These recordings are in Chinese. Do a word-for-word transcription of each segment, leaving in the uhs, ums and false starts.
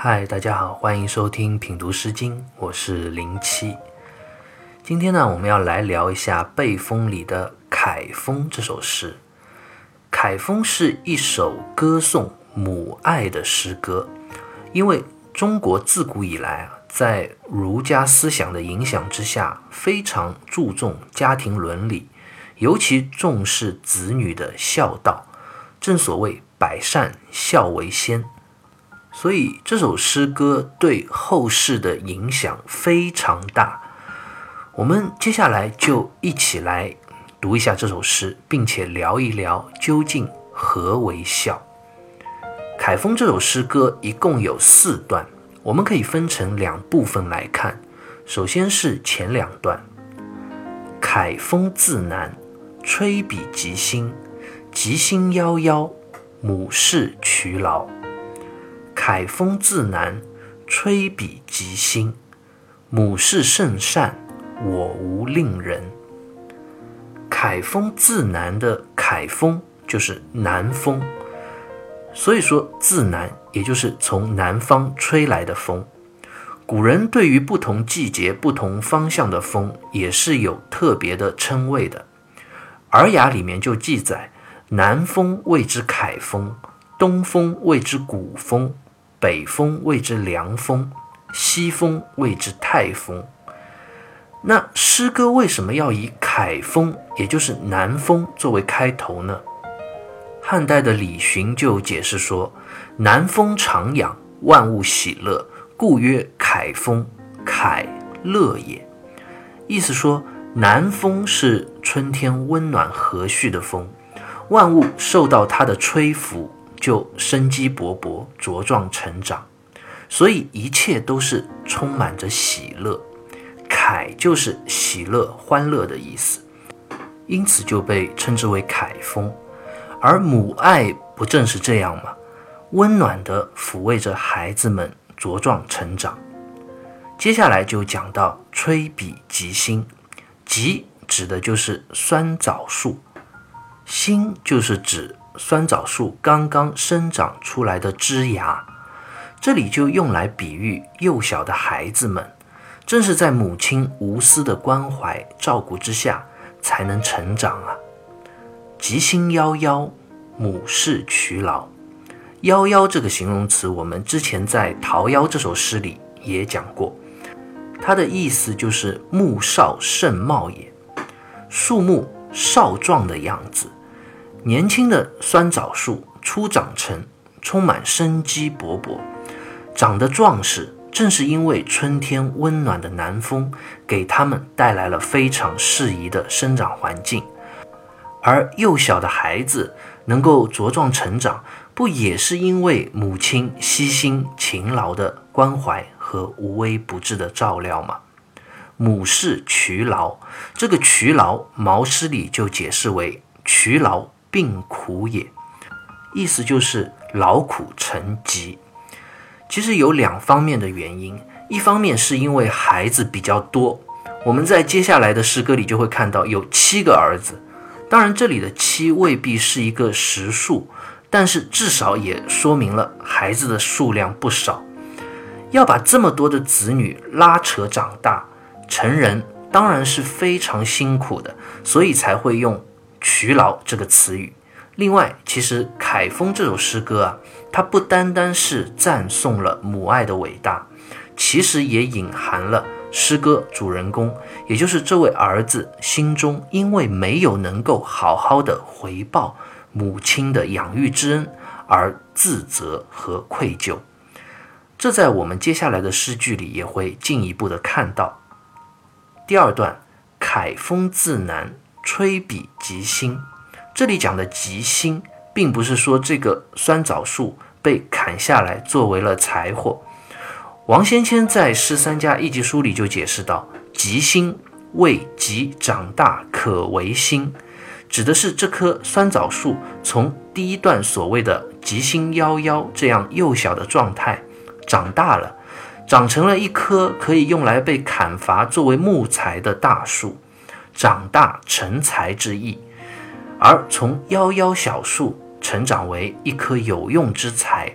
嗨，大家好，欢迎收听品读诗经，我是零七。今天呢，我们要来聊一下《背风》里的《凯风》这首诗。《凯风》是一首歌颂母爱的诗歌，因为中国自古以来啊，在儒家思想的影响之下，非常注重家庭伦理，尤其重视子女的孝道。正所谓百善孝为先，所以这首诗歌对后世的影响非常大。我们接下来就一起来读一下这首诗，并且聊一聊究竟何为孝。凯风这首诗歌一共有四段，我们可以分成两部分来看。首先是前两段：凯风自南，吹彼极新，极新夭夭，母氏劬劳。凯风自南，吹彼极新，母氏甚善，我无令人。凯风自南的凯风就是南风，所以说自南也就是从南方吹来的风。古人对于不同季节不同方向的风也是有特别的称谓的。尔雅里面就记载，南风谓之凯风，东风谓之谷风，北风谓之凉风，西风谓之泰风。那诗歌为什么要以凯风，也就是南风作为开头呢？汉代的李寻就解释说，南风长养，万物喜乐，故曰凯风，凯乐也。意思说，南风是春天温暖和煦的风，万物受到它的吹拂就生机勃勃，茁壮成长，所以一切都是充满着喜乐。凯就是喜乐欢乐的意思，因此就被称之为凯风。而母爱不正是这样吗？温暖地抚慰着孩子们茁壮成长。接下来就讲到吹彼极新，极指的就是酸枣树，新就是指酸枣树刚刚生长出来的枝芽，这里就用来比喻幼小的孩子们，正是在母亲无私的关怀照顾之下才能成长啊。极新夭夭，母氏劬劳。夭夭这个形容词我们之前在《桃夭》这首诗里也讲过，它的意思就是木少盛茂也，树木少壮的样子。年轻的酸枣树初长成，充满生机勃勃，长得壮实，正是因为春天温暖的南风给它们带来了非常适宜的生长环境。而幼小的孩子能够茁壮成长，不也是因为母亲悉心勤劳的关怀和无微不至的照料吗？母氏劬劳，这个劬劳毛诗里就解释为劬劳病苦也，意思就是劳苦成疾。其实有两方面的原因，一方面是因为孩子比较多，我们在接下来的诗歌里就会看到有七个儿子，当然这里的七未必是一个实数，但是至少也说明了孩子的数量不少。要把这么多的子女拉扯长大成人，当然是非常辛苦的，所以才会用劬劳这个词语。另外，其实凯风这首诗歌啊，它不单单是赞颂了母爱的伟大，其实也隐含了诗歌主人公，也就是这位儿子心中因为没有能够好好的回报母亲的养育之恩而自责和愧疚。这在我们接下来的诗句里也会进一步的看到。第二段，凯风自南，吹彼极新。这里讲的极新，并不是说这个酸枣树被砍下来作为了柴火。王先谦在《诗三家一集书》里就解释到，极新为极长大可为新，指的是这棵酸枣树从第一段所谓的极新夭夭这样幼小的状态长大了，长成了一棵可以用来被砍伐作为木材的大树，长大成材之意。而从夭夭小树成长为一棵有用之材，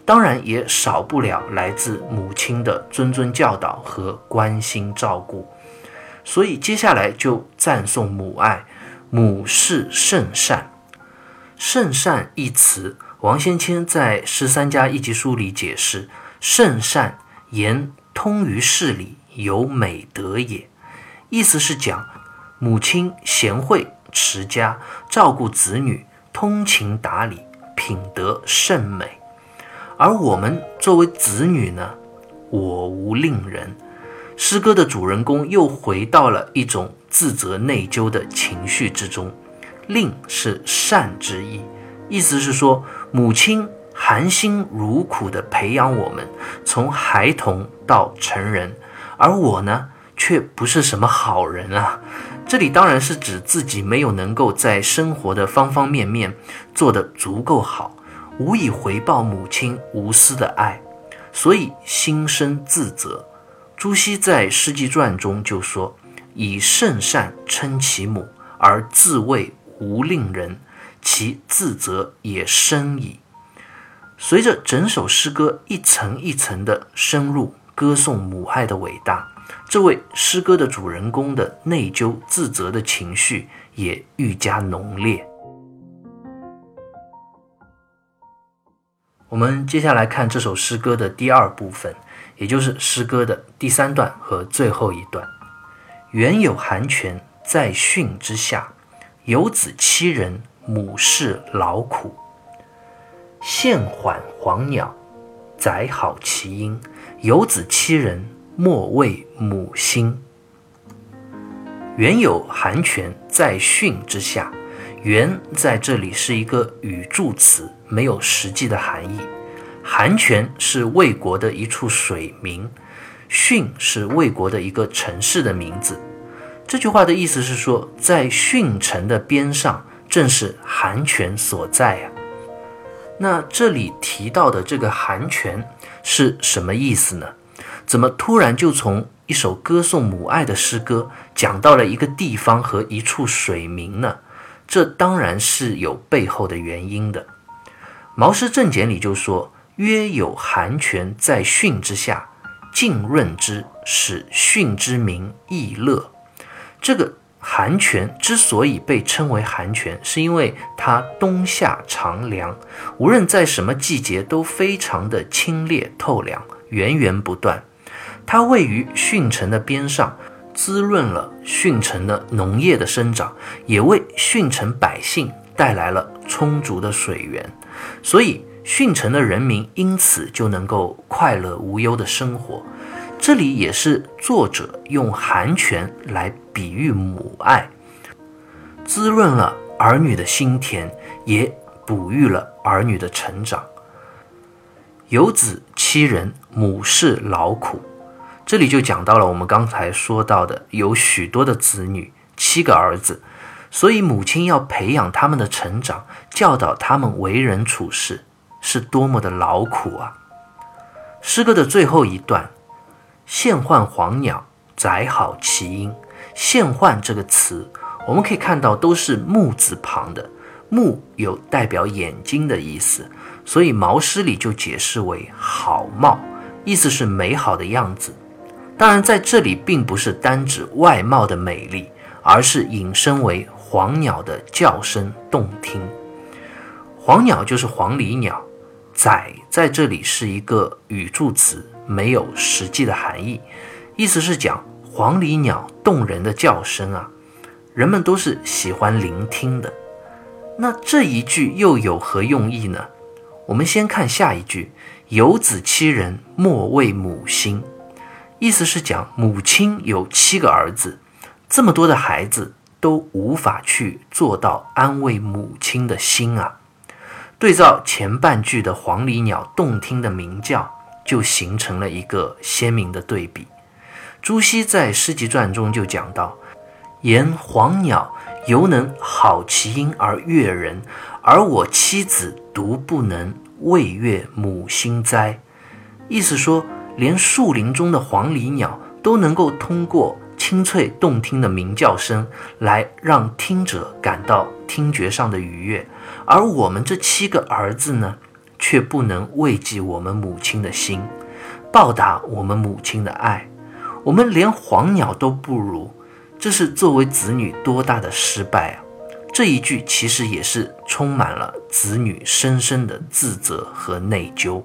当然也少不了来自母亲的谆谆教导和关心照顾。所以接下来就赞颂母爱，母是圣善。圣善一词，王先谦在《十三家一集书》里解释，圣善言通于事理，有美德也。意思是讲母亲贤惠持家，照顾子女，通情达理，品德甚美。而我们作为子女呢，我无令人。诗歌的主人公又回到了一种自责内疚的情绪之中。令是善之意，意思是说母亲含辛茹苦地培养我们，从孩童到成人，而我呢却不是什么好人啊。这里当然是指自己没有能够在生活的方方面面做得足够好，无以回报母亲无私的爱，所以心生自责。朱熹在《诗集传》中就说，以圣善称其母，而自谓无令人，其自责也深矣。随着整首诗歌一层一层的深入，歌颂母爱的伟大，这位诗歌的主人公的内疚自责的情绪也愈加浓烈。我们接下来看这首诗歌的第二部分，也就是诗歌的第三段和最后一段。原有寒泉在汛之下，有子七人，母氏劳苦。现缓黄鸟，载好其音，有子七人，莫为母心。原有寒泉在汛之下，原在这里是一个语助词，没有实际的含义。寒泉是魏国的一处水名，汛是魏国的一个城市的名字。这句话的意思是说，在汛城的边上正是寒泉所在啊。那这里提到的这个寒泉是什么意思呢？怎么突然就从一首歌颂母爱的诗歌讲到了一个地方和一处水名呢？这当然是有背后的原因的。毛诗正解里就说，曰有寒泉在汛之下，浸润之，使汛之民亦乐。这个寒泉之所以被称为寒泉，是因为它冬夏常凉，无论在什么季节都非常的清冽透凉，源源不断。它位于汛城的边上，滋润了汛城的农业的生长，也为汛城百姓带来了充足的水源，所以汛城的人民因此就能够快乐无忧的生活。这里也是作者用寒泉来比喻母爱，滋润了儿女的心田，也哺育了儿女的成长。有子七人，母氏劳苦。这里就讲到了我们刚才说到的，有许多的子女，七个儿子，所以母亲要培养他们的成长，教导他们为人处事，是多么的劳苦啊。诗歌的最后一段，现唤黄鸟，载好其音。现唤这个词，我们可以看到都是木字旁的，木有代表眼睛的意思，所以毛诗里就解释为好貌，意思是美好的样子。当然在这里并不是单指外貌的美丽，而是引申为黄鸟的叫声动听。黄鸟就是黄鹂鸟，载在这里是一个语助词，没有实际的含义，意思是讲黄鹂鸟动人的叫声啊，人们都是喜欢聆听的。那这一句又有何用意呢？我们先看下一句，有子七人，莫为母心。意思是讲母亲有七个儿子，这么多的孩子都无法去做到安慰母亲的心啊。对照前半句的黄鹂鸟动听的鸣叫，就形成了一个鲜明的对比。朱熹在《诗集传》中就讲到，言黄鸟犹能好其音而悦人，而我妻子独不能慰悦母心哉。意思说，连树林中的黄鹂鸟都能够通过清脆动听的鸣叫声来让听者感到听觉上的愉悦，而我们这七个儿子呢， 却不能慰藉我们母亲的心，报答我们母亲的爱，我们连黄鸟都不如，这是作为子女多大的失败啊！这一句其实也是充满了子女深深的自责和内疚。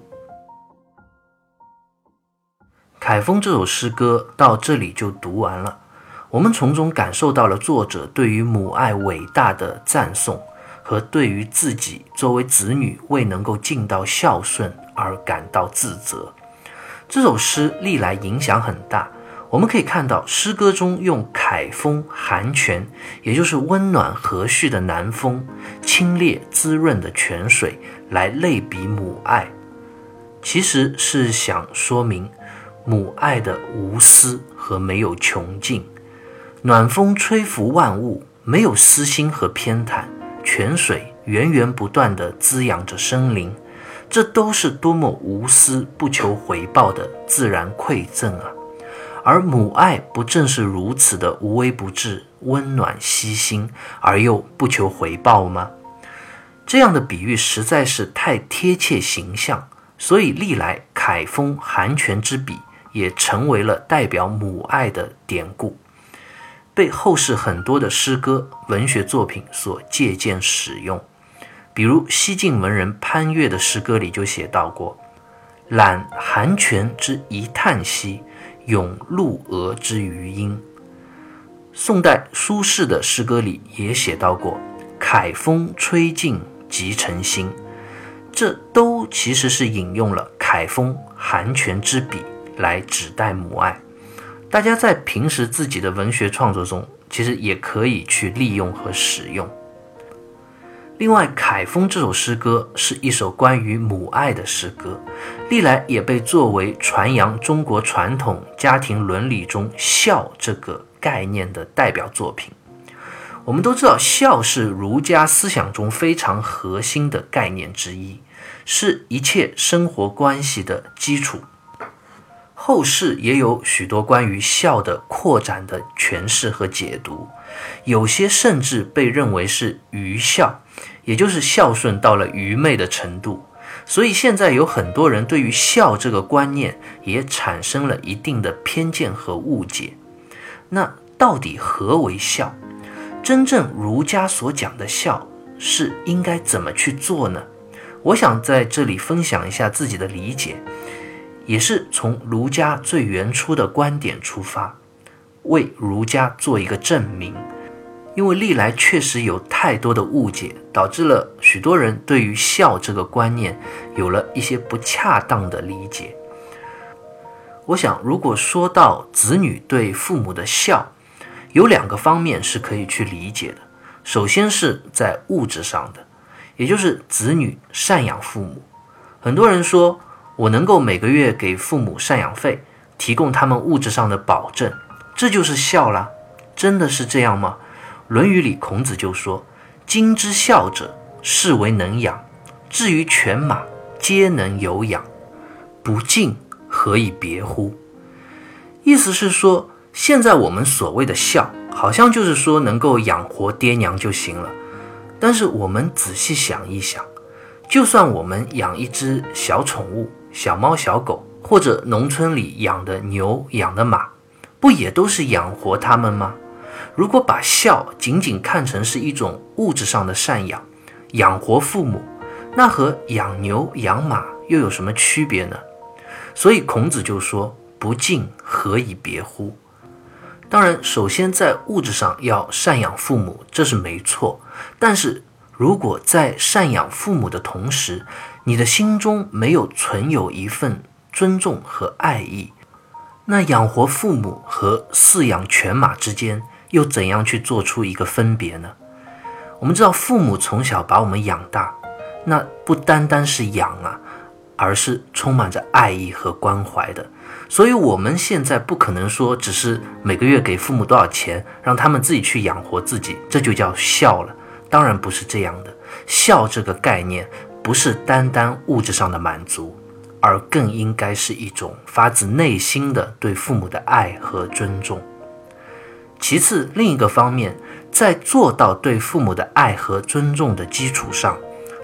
凯风这首诗歌到这里就读完了，我们从中感受到了作者对于母爱伟大的赞颂，和对于自己作为子女未能够尽到孝顺而感到自责。这首诗历来影响很大，我们可以看到诗歌中用凯风、寒泉，也就是温暖和煦的南风，清冽滋润的泉水来类比母爱，其实是想说明母爱的无私和没有穷尽。暖风吹拂万物，没有私心和偏袒，泉水源源不断地滋养着生灵，这都是多么无私不求回报的自然馈赠啊！而母爱不正是如此的无微不至、温暖悉心，而又不求回报吗？这样的比喻实在是太贴切形象，所以历来凯风、寒泉之比也成为了代表母爱的典故，被后世很多的诗歌、文学作品所借鉴使用。比如西晋文人潘岳的诗歌里就写到过：揽寒泉之一叹息，咏鹿鹅之余音。宋代苏轼的诗歌里也写到过：凯风吹尽即成新。这都其实是引用了凯风、寒泉之比来指代母爱。大家在平时自己的文学创作中，其实也可以去利用和使用。另外，凯风这首诗歌是一首关于母爱的诗歌，历来也被作为传扬中国传统家庭伦理中孝这个概念的代表作品。我们都知道，孝是儒家思想中非常核心的概念之一，是一切生活关系的基础。后世也有许多关于孝的扩展的诠释和解读，有些甚至被认为是愚孝，也就是孝顺到了愚昧的程度。所以现在有很多人对于孝这个观念也产生了一定的偏见和误解。那到底何为孝？真正儒家所讲的孝是应该怎么去做呢？我想在这里分享一下自己的理解，也是从儒家最原初的观点出发，为儒家做一个证明。因为历来确实有太多的误解，导致了许多人对于孝这个观念有了一些不恰当的理解。我想，如果说到子女对父母的孝，有两个方面是可以去理解的。首先是在物质上的，也就是子女赡养父母。很多人说，我能够每个月给父母赡养费，提供他们物质上的保证，这就是孝啦。真的是这样吗？论语里孔子就说：今之孝者，是为能养，至于犬马，皆能有养，不敬，何以别乎？意思是说，现在我们所谓的孝，好像就是说能够养活爹娘就行了。但是我们仔细想一想，就算我们养一只小宠物，小猫小狗，或者农村里养的牛养的马，不也都是养活它们吗？如果把孝仅仅看成是一种物质上的赡养，养活父母，那和养牛养马又有什么区别呢？所以孔子就说：不敬，何以别乎？当然，首先在物质上要赡养父母，这是没错。但是如果在赡养父母的同时，你的心中没有存有一份尊重和爱意，那养活父母和饲养犬马之间又怎样去做出一个分别呢？我们知道父母从小把我们养大，那不单单是养啊，而是充满着爱意和关怀的。所以我们现在不可能说只是每个月给父母多少钱，让他们自己去养活自己，这就叫孝了。当然不是这样的。孝这个概念不是单单物质上的满足，而更应该是一种发自内心的对父母的爱和尊重。其次，另一个方面，在做到对父母的爱和尊重的基础上，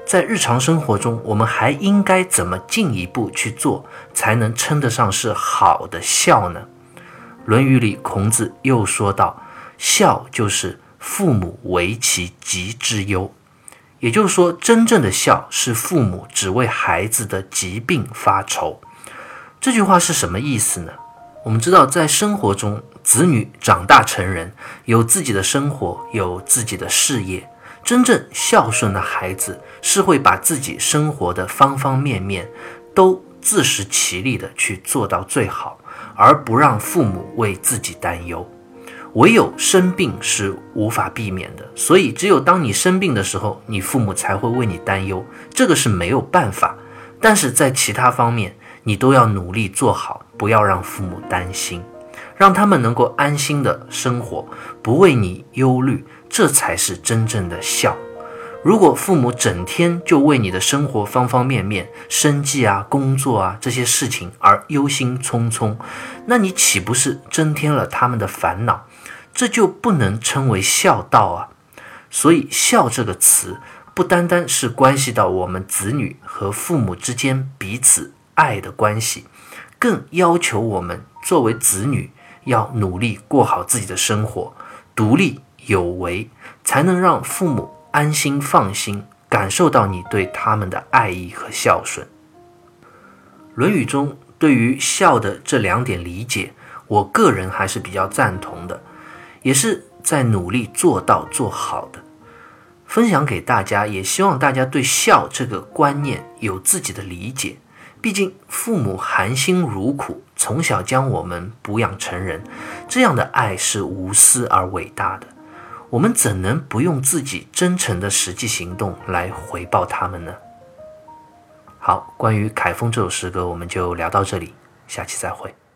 在日常生活中，我们还应该怎么进一步去做，才能称得上是好的孝呢？论语里孔子又说道，孝就是父母为其疾之忧。也就是说，真正的孝是父母只为孩子的疾病发愁。这句话是什么意思呢？我们知道，在生活中，子女长大成人，有自己的生活，有自己的事业。真正孝顺的孩子是会把自己生活的方方面面都自食其力的去做到最好，而不让父母为自己担忧。唯有生病是无法避免的，所以只有当你生病的时候，你父母才会为你担忧，这个是没有办法。但是在其他方面，你都要努力做好，不要让父母担心，让他们能够安心的生活，不为你忧虑，这才是真正的孝。如果父母整天就为你的生活方方面面，生计啊、工作啊这些事情而忧心忡忡，那你岂不是增添了他们的烦恼？这就不能称为孝道啊。所以孝这个词不单单是关系到我们子女和父母之间彼此爱的关系，更要求我们作为子女要努力过好自己的生活，独立有为，才能让父母安心放心，感受到你对他们的爱意和孝顺。论语中对于孝的这两点理解，我个人还是比较赞同的，也是在努力做到做好的。分享给大家，也希望大家对孝这个观念有自己的理解。毕竟父母含辛茹苦，从小将我们哺养成人，这样的爱是无私而伟大的。我们怎能不用自己真诚的实际行动来回报他们呢？好，关于《凯风》这首诗歌，我们就聊到这里，下期再会。